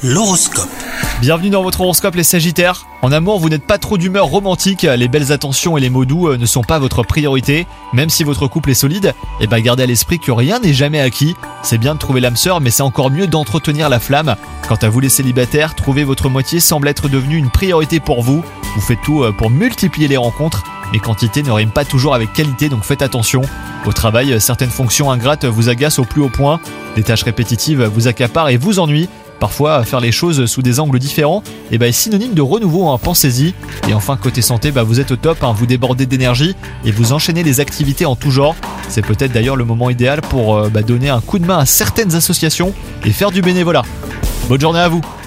L'horoscope. Bienvenue dans votre horoscope les Sagittaires. En amour, vous n'êtes pas trop d'humeur romantique, les belles attentions et les mots doux ne sont pas votre priorité. Même si votre couple est solide, gardez à l'esprit que rien n'est jamais acquis. C'est bien de trouver l'âme sœur, mais c'est encore mieux d'entretenir la flamme. Quant à vous les célibataires, trouver votre moitié semble être devenu une priorité pour vous. Vous faites tout pour multiplier les rencontres, mais quantité ne rime pas toujours avec qualité, donc faites attention. Au travail, certaines fonctions ingrates vous agacent au plus haut point. Des tâches répétitives vous accaparent et vous ennuient. Parfois, faire les choses sous des angles différents est synonyme de renouveau, pensez-y. Et enfin, côté santé, vous êtes au top, vous débordez d'énergie et vous enchaînez les activités en tout genre. C'est peut-être d'ailleurs le moment idéal pour donner un coup de main à certaines associations et faire du bénévolat. Bonne journée à vous!